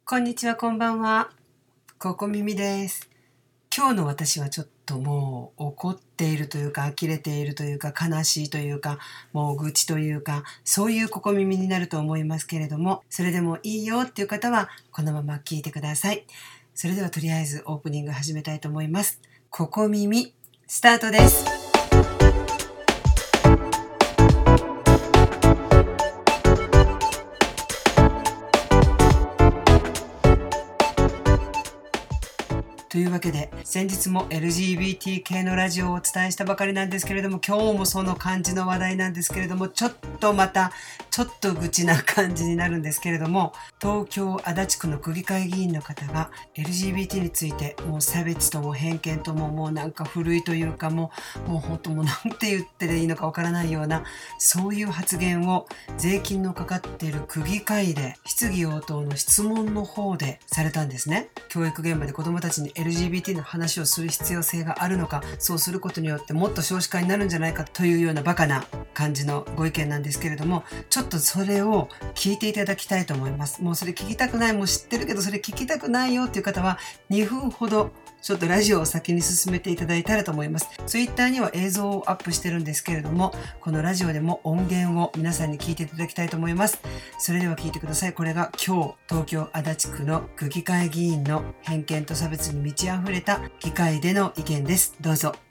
こんにちは、こんばんは。ここみみです。今日の私はちょっともう怒っているというか、呆れているというか、悲しいというか、もう愚痴というか、そういうここみみになると思いますけれども、それでもいいよっていう方はこのまま聞いてください。それではとりあえずオープニング始めたいと思います。ここみみスタートです。というわけで、先日も LGBT 系のラジオをお伝えしたばかりなんですけれども、今日もその感じの話題なんですけれども、ちょっと愚痴な感じになるんですけれども、東京足立区の区議会議員の方が LGBT についてもう差別とも偏見とももうなんか古いというかもう本当もうなんて言っていいのかわからないようなそういう発言を税金のかかっている区議会で質疑応答の質問の方でされたんですね。教育現場で子どもたちにLGBT の話をする必要性があるのか、そうすることによってもっと少子化になるんじゃないかというようなバカな感じのご意見なんですけれども、ちょっとそれを聞いていただきたいと思います。もうそれ聞きたくない、もう知ってるけどそれ聞きたくないよっていう方は2分ほどちょっとラジオを先に進めていただいたらと思います。ツイッターには映像をアップしてるんですけれども、このラジオでも音源を皆さんに聞いていただきたいと思います。それでは聞いてください。これが今日東京足立区の区議会議員の偏見と差別に満ち溢れた議会での意見です。どうぞ。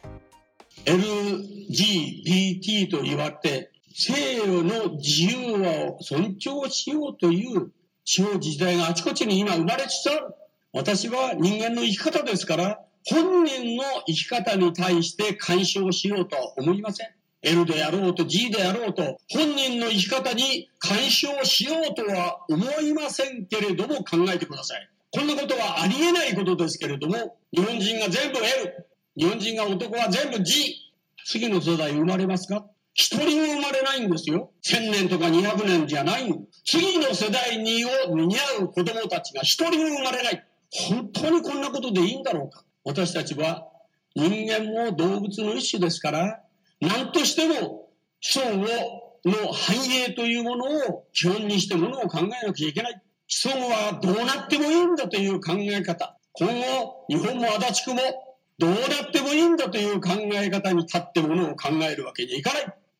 LGBT と言われて西洋の自由を尊重しようという地方自治体があちこちに今生まれつつある。私は人間の生き方ですから本人の生き方に対して干渉しようとは思いません。L であろうと G であろうと本人の生き方に干渉しようとは思いませんけれども考えてください。こんなことはありえないことですけれども、日本人が全部 L、日本人が男は全部 G、次の世代生まれますか？一人も生まれないんですよ。1000年とか200年じゃないの。次の世代にを担う子供たちが一人も生まれない。本当にこんなことでいいんだろうか。私たちは人間も動物の一種ですから、何としても子孫の繁栄というものを基本にしてものを考えなくちゃいけない。子孫はどうなってもいいんだという考え方。今後、日本も足立区もどうなってもいいんだという考え方に立ってものを考えるわけにはいかない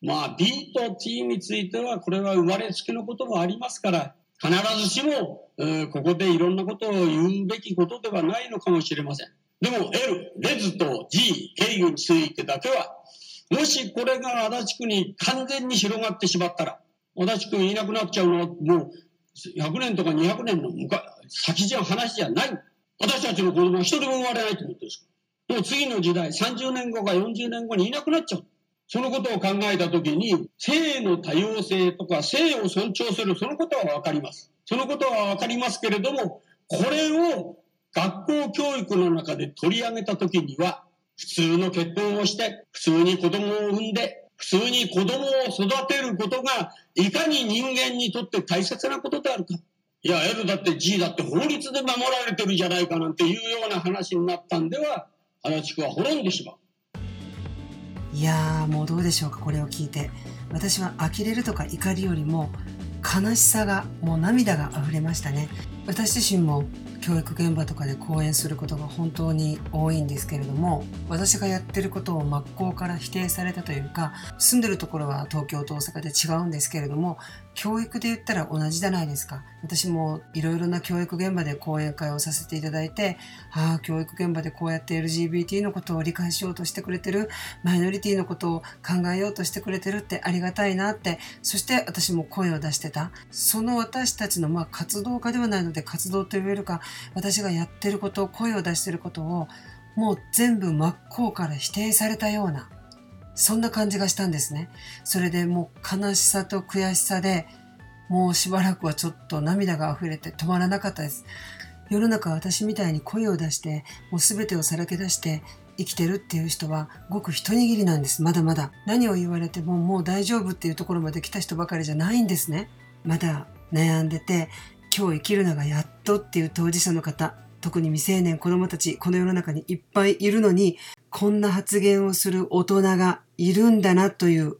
。B と T についてはこれは生まれつきのこともありますから、必ずしも、ここでいろんなことを言うべきことではないのかもしれません。でも L、レズと G、ゲイについてだけは、もしこれが足立区に完全に広がってしまったら、足立区いなくなっちゃうのはもう100年とか200年の先じゃ話じゃない。私たちの子供は一人も生まれないと思ってるんです。もう次の時代、30年後か40年後にいなくなっちゃう。そのことを考えたときに、性の多様性とか性を尊重する、そのことはわかります。そのことはわかりますけれども、これを学校教育の中で取り上げたときには、普通の結婚をして、普通に子供を産んで、普通に子供を育てることが、いかに人間にとって大切なことであるか。いや、L だって G だって法律で守られてるじゃないかなんていうような話になったんでは、足立区は滅んでしまう。 いやー、もうどうでしょうか。これを聞いて私は呆れるとか怒りよりも悲しさが、もう涙が溢れましたね。私自身も教育現場とかで講演することが本当に多いんですけれども、私がやってることを真っ向から否定されたというか、住んでるところは東京と大阪で違うんですけれども、教育で言ったら同じじゃないですか。私もいろいろな教育現場で講演会をさせていただいて、教育現場でこうやって LGBT のことを理解しようとしてくれてる、マイノリティのことを考えようとしてくれてるってありがたいなって、そして私も声を出してた。その私たちの活動家ではないので活動と言えるか、私がやってること、声を出してることをもう全部真っ向から否定されたような、そんな感じがしたんですね。それでもう悲しさと悔しさで、もうしばらくはちょっと涙が溢れて止まらなかったです。世の中は私みたいに声を出して、もう全てをさらけ出して生きてるっていう人はごく一握りなんです。まだまだ何を言われてももう大丈夫っていうところまで来た人ばかりじゃないんですね。まだ悩んでて、今日生きるのがやっとっていう当事者の方、特に未成年子供たち、この世の中にいっぱいいるのに、こんな発言をする大人がいるんだなという、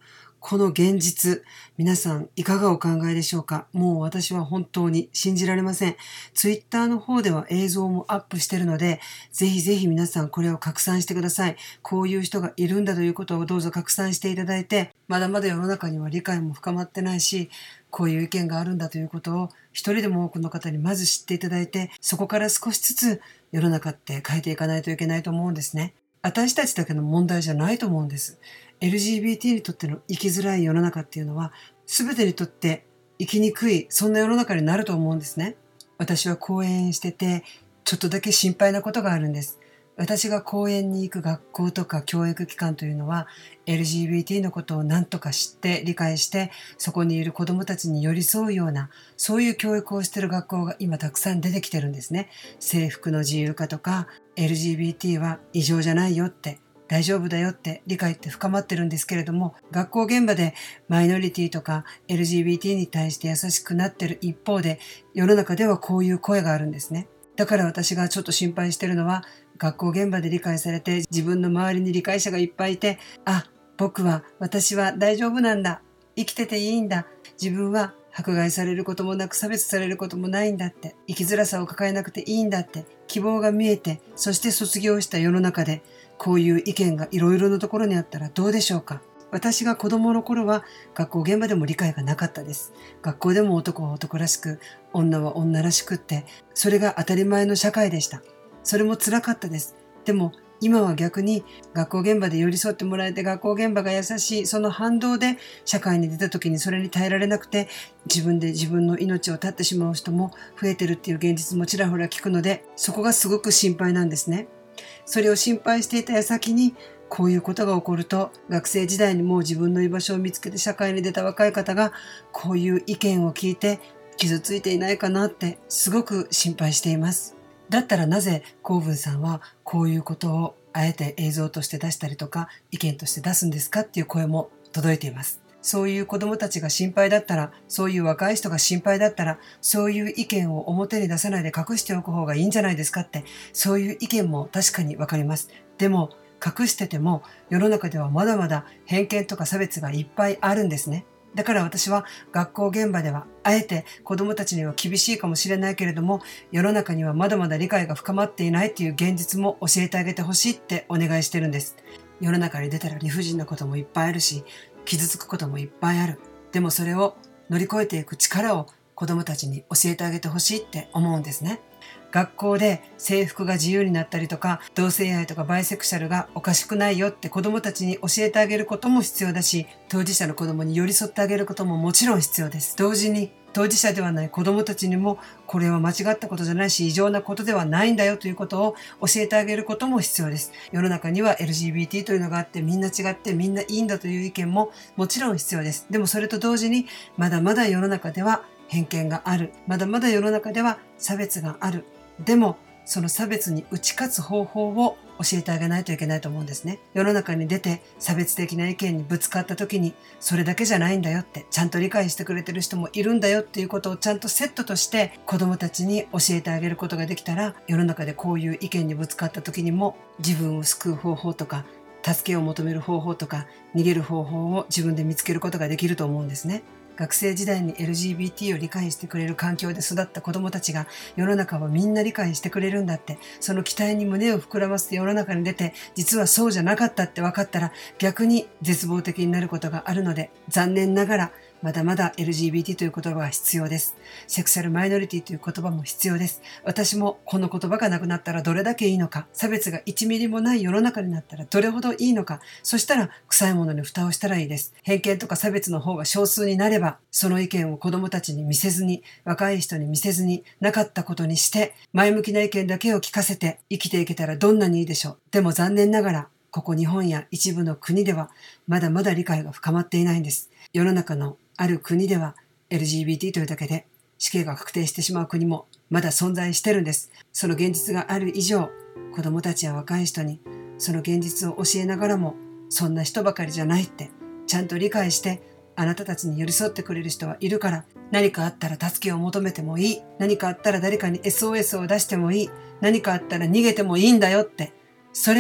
この現実、皆さんいかがお考えでしょうか？もう私は本当に信じられません。ツイッターの方では映像もアップしているので、ぜひぜひ皆さんこれを拡散してください。こういう人がいるんだということをどうぞ拡散していただいて、まだまだ世の中には理解も深まってないし、こういう意見があるんだということを一人でも多くの方にまず知っていただいて、そこから少しずつ世の中って変えていかないといけないと思うんですね。私たちだけの問題じゃないと思うんです。LGBT にとっての生きづらい世の中っていうのは、全てにとって生きにくい、そんな世の中になると思うんですね。私は講演してて、ちょっとだけ心配なことがあるんです。私が講演に行く学校とか教育機関というのは、LGBT のことを何とか知って理解して、そこにいる子どもたちに寄り添うような、そういう教育をしている学校が今たくさん出てきてるんですね。制服の自由化とか、LGBT は異常じゃないよって、大丈夫だよって理解って深まってるんですけれども、学校現場でマイノリティとか LGBT に対して優しくなってる一方で、世の中ではこういう声があるんですね。だから私がちょっと心配してるのは、学校現場で理解されて自分の周りに理解者がいっぱいいて、私は大丈夫なんだ。生きてていいんだ。自分は迫害されることもなく差別されることもないんだって。生きづらさを抱えなくていいんだって。希望が見えて、そして卒業した世の中で、こういう意見がいろいろなところにあったらどうでしょうか。私が子供の頃は学校現場でも理解がなかったです。学校でも男は男らしく、女は女らしくって、それが当たり前の社会でした。それも辛かったです。でも今は逆に学校現場で寄り添ってもらえて、学校現場が優しい、その反動で社会に出た時にそれに耐えられなくて自分で自分の命を絶ってしまう人も増えてるっていう現実もちらほら聞くので、そこがすごく心配なんですね。それを心配していた矢先にこういうことが起こると、学生時代にもう自分の居場所を見つけて社会に出た若い方がこういう意見を聞いて傷ついていないかなってすごく心配しています。だったらなぜコーブンさんはこういうことをあえて映像として出したりとか意見として出すんですかっていう声も届いています。そういう子どもたちが心配だったら、そういう若い人が心配だったら、そういう意見を表に出さないで隠しておく方がいいんじゃないですかって、そういう意見も確かにわかります。でも隠してても世の中ではまだまだ偏見とか差別がいっぱいあるんですね。だから私は学校現場ではあえて子どもたちには厳しいかもしれないけれども、世の中にはまだまだ理解が深まっていないという現実も教えてあげてほしいってお願いしてるんです。世の中に出たら理不尽なこともいっぱいあるし、傷つくこともいっぱいある。でもそれを乗り越えていく力を子どもたちに教えてあげてほしいって思うんですね。学校で制服が自由になったりとか、同性愛とかバイセクシャルがおかしくないよって子どもたちに教えてあげることも必要だし、当事者の子どもに寄り添ってあげることももちろん必要です。同時に当事者ではない子どもたちにも、これは間違ったことじゃないし異常なことではないんだよということを教えてあげることも必要です。世の中には LGBT というのがあって、みんな違ってみんないいんだという意見ももちろん必要です。でもそれと同時にまだまだ世の中では偏見がある。まだまだ世の中では差別がある。でもその差別に打ち勝つ方法を教えてあげないといけないと思うんですね。世の中に出て差別的な意見にぶつかった時に、それだけじゃないんだよって、ちゃんと理解してくれてる人もいるんだよっていうことをちゃんとセットとして子どもたちに教えてあげることができたら、世の中でこういう意見にぶつかった時にも自分を救う方法とか助けを求める方法とか逃げる方法を自分で見つけることができると思うんですね。学生時代に LGBT を理解してくれる環境で育った子どもたちが、世の中はみんな理解してくれるんだって、その期待に胸を膨らませて世の中に出て、実はそうじゃなかったって分かったら逆に絶望的になることがあるので、残念ながらまだまだ LGBT という言葉は必要です。セクシャルマイノリティという言葉も必要です。私もこの言葉がなくなったらどれだけいいのか、差別が1ミリもない世の中になったらどれほどいいのか、そしたら臭いものに蓋をしたらいいです。偏見とか差別の方が少数になれば、その意見を子どもたちに見せずに、若い人に見せずに、なかったことにして、前向きな意見だけを聞かせて生きていけたらどんなにいいでしょう。でも残念ながら、ここ日本や一部の国ではまだまだ理解が深まっていないんです。世の中のある国では LGBT というだけで死刑が確定してしまう国もまだ存在してるんです。その現実がある以上、子どもたちや若い人にその現実を教えながらも、そんな人ばかりじゃないってちゃんと理解して、あなたたちに寄り添ってくれる人はいるから、何かあったら助けを求めてもいい、何かあったら誰かに SOS を出してもいい、何かあったら逃げてもいいんだよって、それを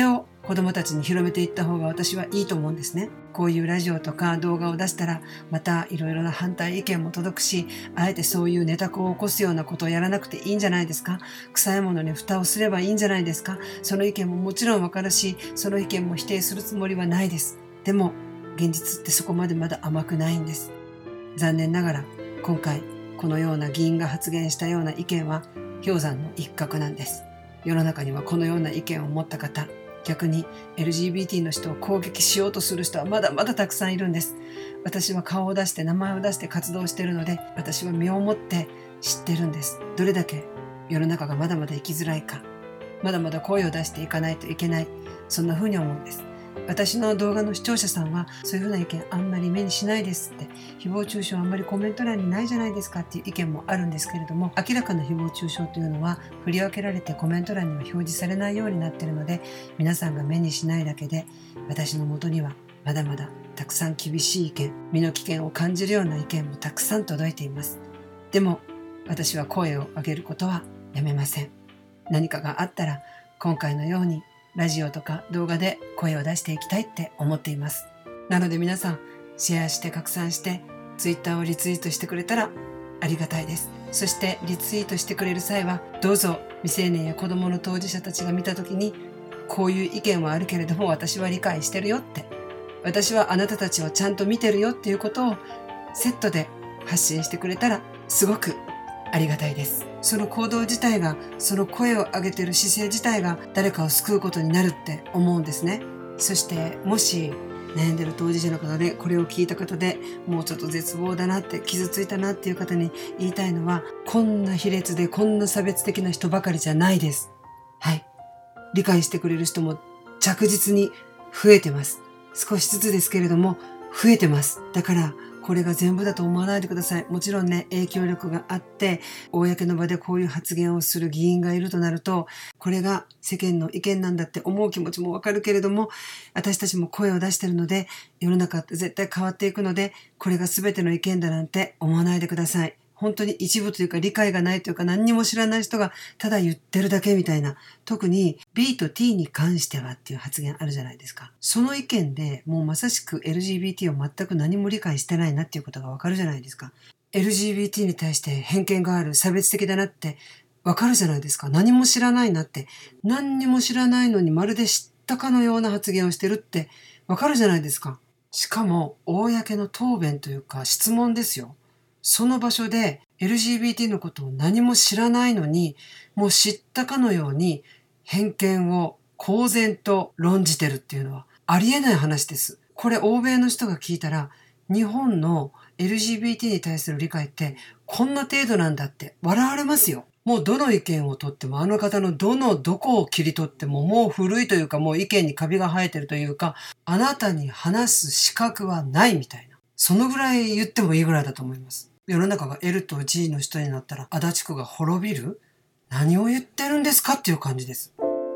子供たちに広めていった方が私はいいと思うんですね。こういうラジオとか動画を出したら、またいろいろな反対意見も届くし、あえてそういうネタ子を起こすようなことをやらなくていいんじゃないですか。臭いものに蓋をすればいいんじゃないですか。その意見ももちろんわかるし、その意見も否定するつもりはないです。でも、現実ってそこまでまだ甘くないんです。残念ながら、今回、このような議員が発言したような意見は、氷山の一角なんです。世の中にはこのような意見を持った方、逆に LGBT の人を攻撃しようとする人はまだまだたくさんいるんです。私は顔を出して名前を出して活動しているので、私は身をもって知ってるんです。どれだけ世の中がまだまだ生きづらいか、まだまだ声を出していかないといけない、そんな風に思うんです。私の動画の視聴者さんはそういうふうな意見あんまり目にしないですって、誹謗中傷あんまりコメント欄にないじゃないですかっていう意見もあるんですけれども、明らかな誹謗中傷というのは振り分けられてコメント欄には表示されないようになっているので、皆さんが目にしないだけで、私の元にはまだまだたくさん厳しい意見、身の危険を感じるような意見もたくさん届いています。でも私は声を上げることはやめません。何かがあったら今回のようにラジオとか動画で声を出していきたいって思っています。なので皆さん、シェアして拡散して、ツイッターをリツイートしてくれたらありがたいです。そしてリツイートしてくれる際は、どうぞ未成年や子供の当事者たちが見たときに、こういう意見はあるけれども私は理解してるよって、私はあなたたちをちゃんと見てるよっていうことをセットで発信してくれたらすごくありがたいです。その行動自体が、その声を上げてる姿勢自体が誰かを救うことになるって思うんですね。そしてもし悩んでる当事者の方で、これを聞いた方でもうちょっと絶望だなって、傷ついたなっていう方に言いたいのは、こんな卑劣でこんな差別的な人ばかりじゃないです。はい。理解してくれる人も着実に増えてます。少しずつですけれども増えてます。だからこれが全部だと思わないでください。もちろんね、影響力があって、公の場でこういう発言をする議員がいるとなると、これが世間の意見なんだって思う気持ちもわかるけれども、私たちも声を出してるので、世の中って絶対変わっていくので、これが全ての意見だなんて思わないでください。本当に一部というか理解がないというか、何にも知らない人がただ言ってるだけみたいな。特に B と T に関してはっていう発言あるじゃないですか。その意見でもうまさしく LGBT を全く何も理解してないなっていうことがわかるじゃないですか。LGBT に対して偏見がある、差別的だなってわかるじゃないですか。何も知らないなって。何にも知らないのにまるで知ったかのような発言をしてるってわかるじゃないですか。しかも公の答弁というか質問ですよ。その場所で LGBT のことを何も知らないのに、もう知ったかのように偏見を公然と論じてるっていうのはありえない話です。これ欧米の人が聞いたら、日本の LGBT に対する理解ってこんな程度なんだって笑われますよ。もうどの意見をとっても、あの方のどこを切り取ってももう古いというか、もう意見にカビが生えてるというか、あなたに話す資格はないみたいな。そのぐらい言ってもいいぐらいだと思います。世の中が L と G の人になったら足立区が滅びる？何を言ってるんですかっていう感じです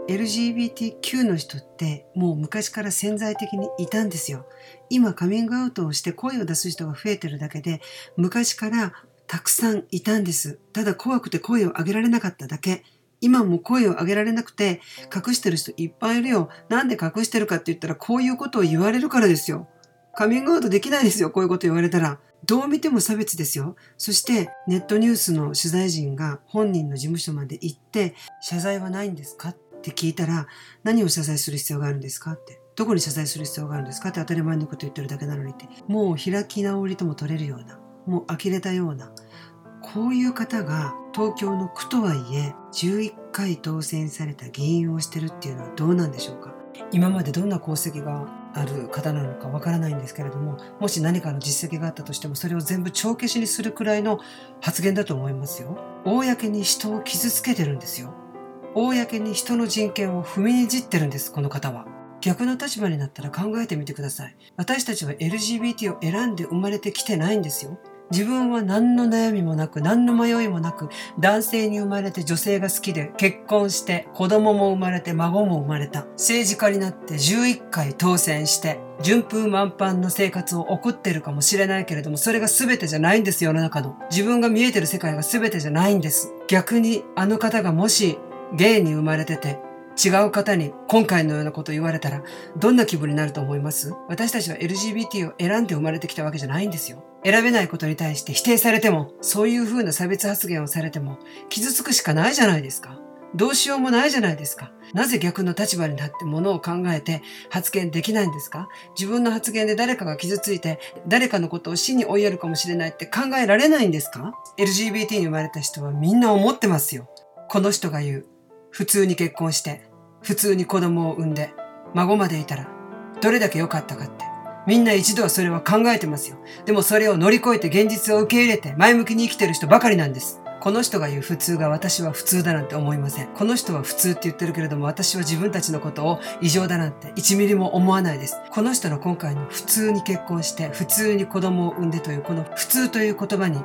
。LGBTQ の人ってもう昔から潜在的にいたんですよ。今カミングアウトをして声を出す人が増えてるだけで、昔からたくさんいたんです。ただ怖くて声を上げられなかっただけ。今も声を上げられなくて隠してる人いっぱいいるよ。なんで隠してるかって言ったら、こういうことを言われるからですよ。カミングアウトできないですよ。こういうこと言われたら。どう見ても差別ですよ。そしてネットニュースの取材陣が本人の事務所まで行って、謝罪はないんですかって聞いたら、何を謝罪する必要があるんですかって。どこに謝罪する必要があるんですかって、当たり前のこと言ってるだけなのにって。もう開き直りとも取れるような、もう呆れたような、こういう方が東京の区とはいえ11回当選された議員をしてるっていうのはどうなんでしょうか。今までどんな功績がある方なのかわからないんですけれども、もし何かの実績があったとしても、それを全部帳消しにするくらいの発言だと思いますよ。公に人を傷つけてるんですよ。公に人の人権を踏みにじってるんです、この方は。逆の立場になったら考えてみてください。私たちは LGBT を選んで生まれてきてないんですよ。自分は何の悩みもなく、何の迷いもなく、男性に生まれて女性が好きで、結婚して、子供も生まれて、孫も生まれた。政治家になって11回当選して、順風満帆の生活を送ってるかもしれないけれども、それが全てじゃないんですよ、世の中の。自分が見えてる世界が全てじゃないんです。逆に、あの方がもし、ゲイに生まれてて、 違う方に今回のようなことを言われたらどんな気分になると思います？私たちは LGBT を選んで生まれてきたわけじゃないんですよ。選べないことに対して否定されても、そういう風な差別発言をされても傷つくしかないじゃないですか。どうしようもないじゃないですか。なぜ逆の立場になってものを考えて発言できないんですか？自分の発言で誰かが傷ついて誰かのことを死に追いやるかもしれないって考えられないんですか？ LGBT に生まれた人はみんな思ってますよ。この人が言う、普通に結婚して普通に子供を産んで孫までいたらどれだけ良かったかって、みんな一度はそれは考えてますよ。でもそれを乗り越えて現実を受け入れて前向きに生きてる人ばかりなんです。この人が言う普通が私は普通だなんて思いません。この人は普通って言ってるけれども、私は自分たちのことを異常だなんて1ミリも思わないです。この人の今回の普通に結婚して普通に子供を産んでというこの普通という言葉に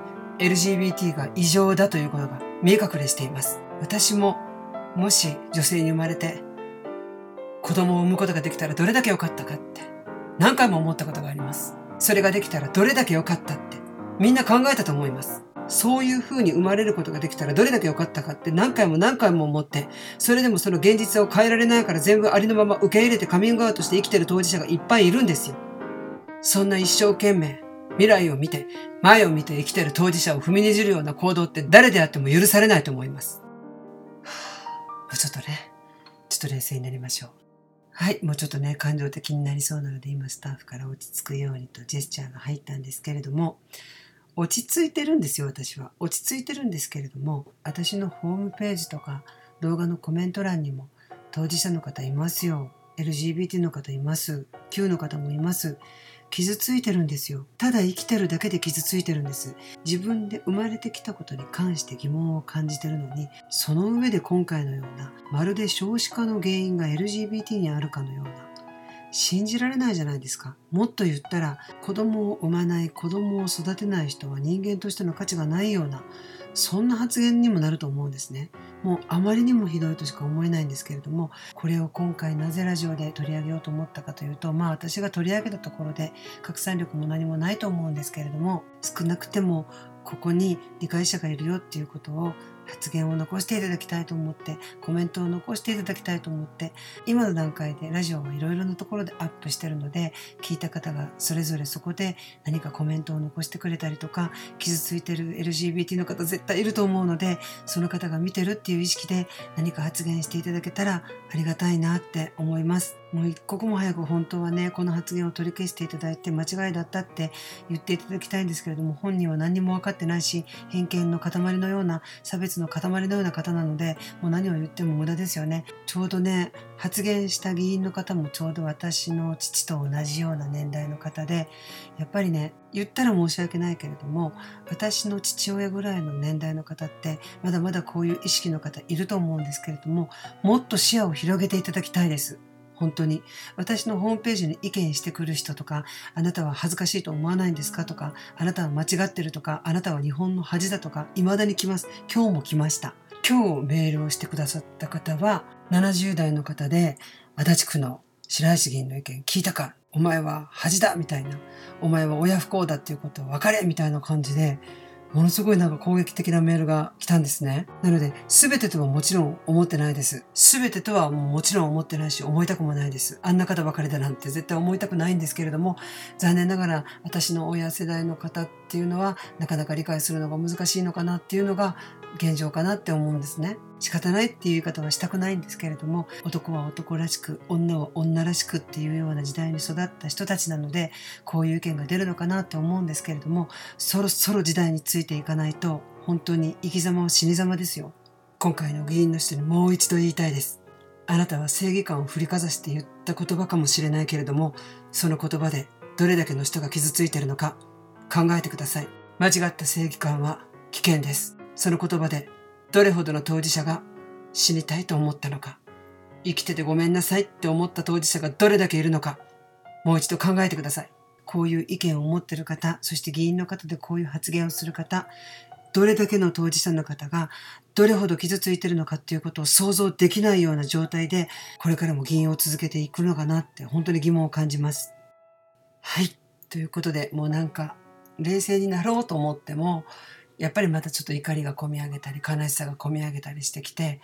LGBT が異常だということが見え隠れしています。私ももし女性に生まれて子供を産むことができたらどれだけ良かったかって何回も思ったことがあります。それができたらどれだけ良かったってみんな考えたと思います。そういう風に生まれることができたらどれだけ良かったかって何回も何回も思って、それでもその現実を変えられないから全部ありのまま受け入れてカミングアウトして生きてる当事者がいっぱいいるんですよ。そんな一生懸命未来を見て前を見て生きてる当事者を踏みにじるような行動って誰であっても許されないと思います。もうちょっと冷静になりましょう。はい、もうちょっとね、感情的になりそうなので、今スタッフから落ち着くようにとジェスチャーが入ったんですけれども、落ち着いてるんですよ、私は。落ち着いてるんですけれども、私のホームページとか動画のコメント欄にも当事者の方いますよ。LGBT の方います。Q の方もいます。傷ついてるんですよ。ただ生きてるだけで傷ついてるんです。自分で生まれてきたことに関して疑問を感じてるのに、その上で今回のような、まるで少子化の原因が LGBT にあるかのような、信じられないじゃないですか。もっと言ったら、子供を産まない、子供を育てない人は人間としての価値がないような、そんな発言にもなると思うんですね。もうあまりにもひどいとしか思えないんですけれども、これを今回なぜラジオで取り上げようと思ったかというと、私が取り上げたところで拡散力も何もないと思うんですけれども、少なくてもここに理解者がいるよっていうことを発言を残していただきたいと思って、コメントを残していただきたいと思って、今の段階でラジオはいろいろなところでアップしてるので、聞いた方がそれぞれそこで何かコメントを残してくれたりとか、傷ついてる LGBT の方絶対いると思うので、その方が見てるっていう意識で何か発言していただけたらありがたいなって思います。もう一刻も早く本当はね、この発言を取り消していただいて間違いだったって言っていただきたいんですけれども、本人は何にも分かってないし、偏見の塊のような、差別の塊のような方なので、もう何を言っても無駄ですよね。ちょうどね、発言した議員の方もちょうど私の父と同じような年代の方で、やっぱりね、言ったら申し訳ないけれども、私の父親ぐらいの年代の方ってまだまだこういう意識の方いると思うんですけれども、もっと視野を広げていただきたいです。本当に。私のホームページに意見してくる人とか、あなたは恥ずかしいと思わないんですかとか、あなたは間違ってるとか、あなたは日本の恥だとか、未だに来ます。今日も来ました。今日メールをしてくださった方は、70代の方で、足立区の白石議員の意見聞いたか、お前は恥だみたいな、お前は親不孝だっていうことを分かれみたいな感じで、ものすごい攻撃的なメールが来たんですね。なので、すべてとはもちろん思ってないです。すべてとはもちろん思ってないし、思いたくもないです。あんな方ばかりだなんて絶対思いたくないんですけれども、残念ながら私の親世代の方っていうのは、なかなか理解するのが難しいのかなっていうのが現状かなって思うんですね。仕方ないっていう言い方はしたくないんですけれども、男は男らしく、女は女らしくっていうような時代に育った人たちなので、こういう意見が出るのかなって思うんですけれども、そろそろ時代についていかないと、本当に生き様は死に様ですよ。今回の議員の人にもう一度言いたいです。あなたは正義感を振りかざして言った言葉かもしれないけれども、その言葉でどれだけの人が傷ついているのか考えてください。間違った正義感は危険です。その言葉でどれほどの当事者が死にたいと思ったのか、生きててごめんなさいって思った当事者がどれだけいるのか、もう一度考えてください。こういう意見を持っている方、そして議員の方でこういう発言をする方、どれだけの当事者の方がどれほど傷ついているのかっていうことを想像できないような状態で、これからも議員を続けていくのかなって本当に疑問を感じます。はい。ということで、もう冷静になろうと思っても、やっぱりまたちょっと怒りがこみ上げたり、悲しさがこみ上げたりしてきて、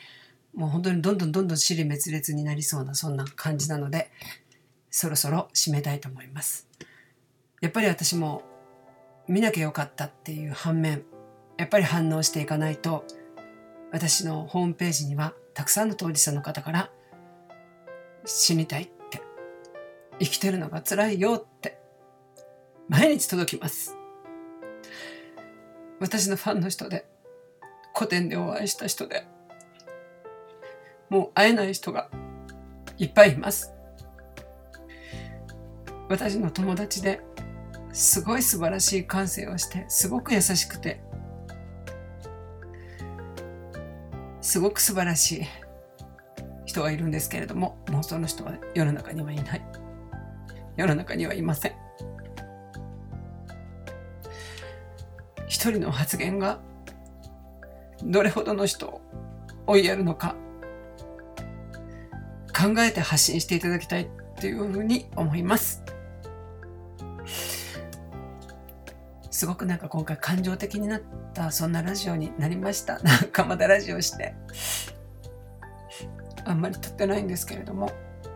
もう本当にどんどん支離滅裂になりそうなそんな感じなので、そろそろ締めたいと思います。やっぱり私も見なきゃよかったっていう反面、やっぱり反応していかないと、私のホームページにはたくさんの当事者の方から死にたいって、生きてるのが辛いよって毎日届きます。私のファンの人で、個展でお会いした人で、もう会えない人がいっぱいいます。私の友達ですごい素晴らしい感性をして、すごく優しくて、すごく素晴らしい人がいるんですけれども、もうその人は世の中にはいない。世の中にはいません。一人の発言がどれほどの人を追いやるのか考えて発信していただきたいっていうふうに思います。すごく今回感情的になったそんなラジオになりました。まだラジオしてあんまり撮ってないんですけれども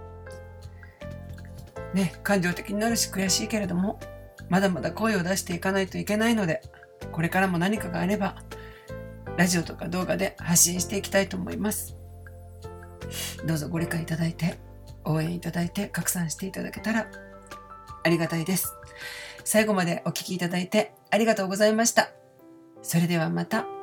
ね、感情的になるし悔しいけれども、まだまだ声を出していかないといけないので、これからも何かがあればラジオとか動画で発信していきたいと思います。どうぞご理解いただいて、応援いただいて、拡散していただけたらありがたいです。最後までお聞きいただいてありがとうございました。それではまた。